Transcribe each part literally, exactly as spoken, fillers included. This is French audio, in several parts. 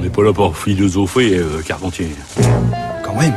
On n'est pas là pour philosopher, euh, Carpentier. Quand même.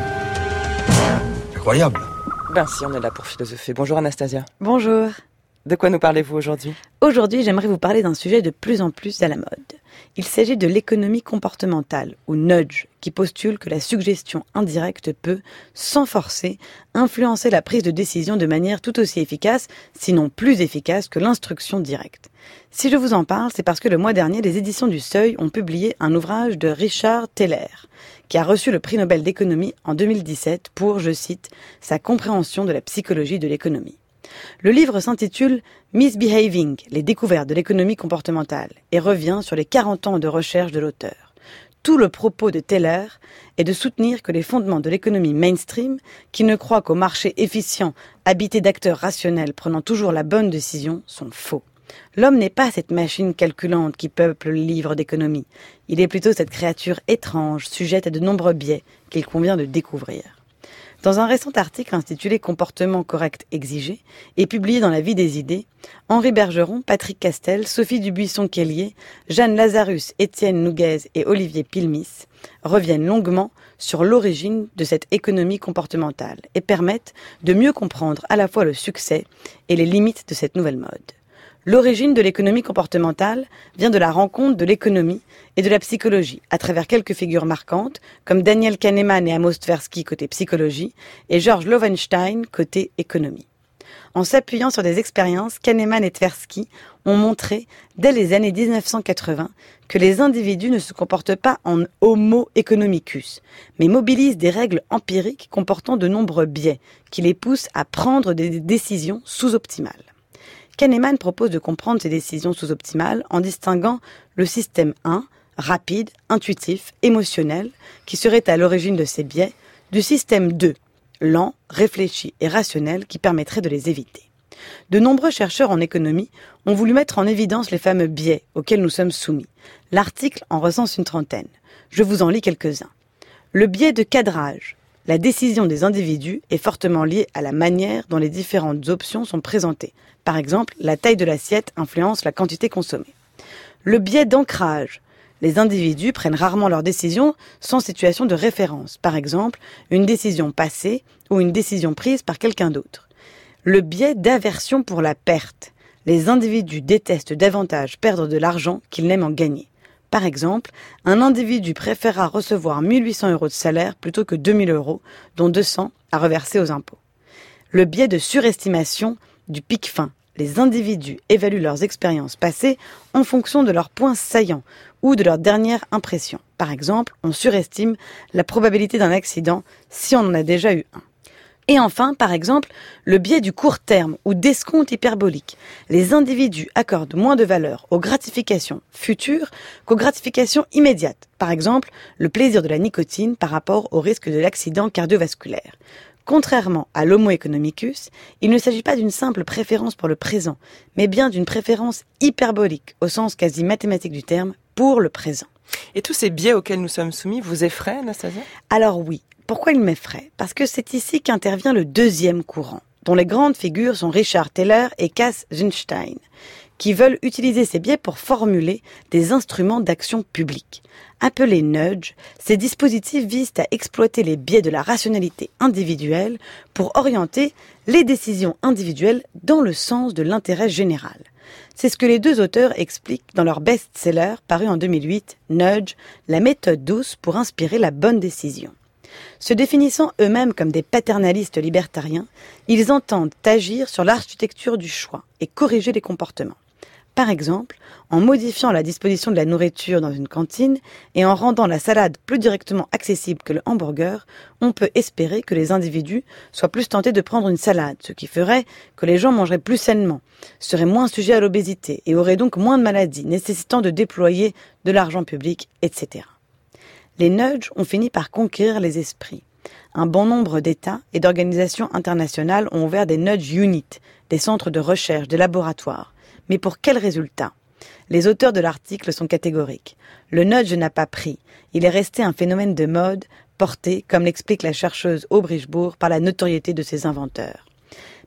Incroyable. Ben si, on est là pour philosopher. Bonjour Anastasia. Bonjour. De quoi nous parlez-vous aujourd'hui ? Aujourd'hui, j'aimerais vous parler d'un sujet de plus en plus à la mode. Il s'agit de l'économie comportementale, ou nudge, qui postule que la suggestion indirecte peut, sans forcer, influencer la prise de décision de manière tout aussi efficace, sinon plus efficace que l'instruction directe. Si je vous en parle, c'est parce que le mois dernier, les éditions du Seuil ont publié un ouvrage de Richard Thaler, qui a reçu le prix Nobel d'économie en deux mille dix-sept pour, je cite, sa compréhension de la psychologie de l'économie. Le livre s'intitule « Misbehaving, les découvertes de l'économie comportementale » et revient sur les quarante ans de recherche de l'auteur. Tout le propos de Thaler est de soutenir que les fondements de l'économie mainstream, qui ne croit qu'au marché efficient, habité d'acteurs rationnels prenant toujours la bonne décision, sont faux. L'homme n'est pas cette machine calculante qui peuple le livre d'économie. Il est plutôt cette créature étrange, sujette à de nombreux biais, qu'il convient de découvrir. Dans un récent article intitulé « Comportement correct exigé » et publié dans La Vie des idées, Henri Bergeron, Patrick Castel, Sophie Dubuisson-Kellier, Jeanne Lazarus, Étienne Nouguez et Olivier Pilmis reviennent longuement sur l'origine de cette économie comportementale et permettent de mieux comprendre à la fois le succès et les limites de cette nouvelle mode. L'origine de l'économie comportementale vient de la rencontre de l'économie et de la psychologie, à travers quelques figures marquantes, comme Daniel Kahneman et Amos Tversky côté psychologie, et George Loewenstein côté économie. En s'appuyant sur des expériences, Kahneman et Tversky ont montré, dès les années dix-neuf cent quatre-vingts, que les individus ne se comportent pas en homo economicus, mais mobilisent des règles empiriques comportant de nombreux biais, qui les poussent à prendre des décisions sous-optimales. Kahneman propose de comprendre ces décisions sous-optimales en distinguant le système un, rapide, intuitif, émotionnel, qui serait à l'origine de ces biais, du système deux, lent, réfléchi et rationnel, qui permettrait de les éviter. De nombreux chercheurs en économie ont voulu mettre en évidence les fameux biais auxquels nous sommes soumis. L'article en recense une trentaine. Je vous en lis quelques-uns. Le biais de cadrage. La décision des individus est fortement liée à la manière dont les différentes options sont présentées. Par exemple, la taille de l'assiette influence la quantité consommée. Le biais d'ancrage. Les individus prennent rarement leurs décisions sans situation de référence. Par exemple, une décision passée ou une décision prise par quelqu'un d'autre. Le biais d'aversion pour la perte. Les individus détestent davantage perdre de l'argent qu'ils n'aiment en gagner. Par exemple, un individu préférera recevoir mille huit cents euros de salaire plutôt que deux mille euros, dont deux cents à reverser aux impôts. Le biais de surestimation du pic fin. Les individus évaluent leurs expériences passées en fonction de leurs points saillants ou de leur dernière impression. Par exemple, on surestime la probabilité d'un accident si on en a déjà eu un. Et enfin, par exemple, le biais du court terme ou d'escompte hyperbolique. Les individus accordent moins de valeur aux gratifications futures qu'aux gratifications immédiates. Par exemple, le plaisir de la nicotine par rapport au risque de l'accident cardiovasculaire. Contrairement à l'homo economicus, il ne s'agit pas d'une simple préférence pour le présent, mais bien d'une préférence hyperbolique, au sens quasi mathématique du terme, pour le présent. Et tous ces biais auxquels nous sommes soumis vous effraient, Anastasia ? Alors oui. Pourquoi il m'effraie ? Parce que c'est ici qu'intervient le deuxième courant, dont les grandes figures sont Richard Thaler et Cass Sunstein, qui veulent utiliser ces biais pour formuler des instruments d'action publique. Appelés nudge, ces dispositifs visent à exploiter les biais de la rationalité individuelle pour orienter les décisions individuelles dans le sens de l'intérêt général. C'est ce que les deux auteurs expliquent dans leur best-seller paru en deux mille huit, Nudge, la méthode douce pour inspirer la bonne décision. Se définissant eux-mêmes comme des paternalistes libertariens, ils entendent agir sur l'architecture du choix et corriger les comportements. Par exemple, en modifiant la disposition de la nourriture dans une cantine et en rendant la salade plus directement accessible que le hamburger, on peut espérer que les individus soient plus tentés de prendre une salade, ce qui ferait que les gens mangeraient plus sainement, seraient moins sujets à l'obésité et auraient donc moins de maladies nécessitant de déployer de l'argent public, et cetera. Les nudges ont fini par conquérir les esprits. Un bon nombre d'États et d'organisations internationales ont ouvert des nudge units, des centres de recherche, des laboratoires. Mais pour quel résultat ? Les auteurs de l'article sont catégoriques. Le nudge n'a pas pris. Il est resté un phénomène de mode, porté, comme l'explique la chercheuse Aubrichbourg, par la notoriété de ses inventeurs.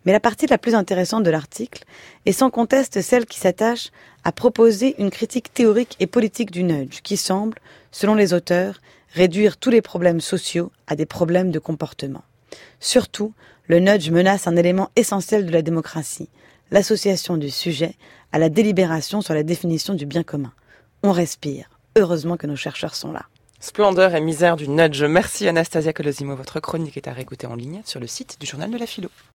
Mais la partie la plus intéressante de l'article est sans conteste celle qui s'attache à proposer une critique théorique et politique du nudge, qui semble, selon les auteurs, réduire tous les problèmes sociaux à des problèmes de comportement. Surtout, le nudge menace un élément essentiel de la démocratie, l'association du sujet à la délibération sur la définition du bien commun. On respire. Heureusement que nos chercheurs sont là. Splendeur et misère du nudge. Merci Anastasia Colosimo. Votre chronique est à réécouter en ligne sur le site du Journal de la Philo.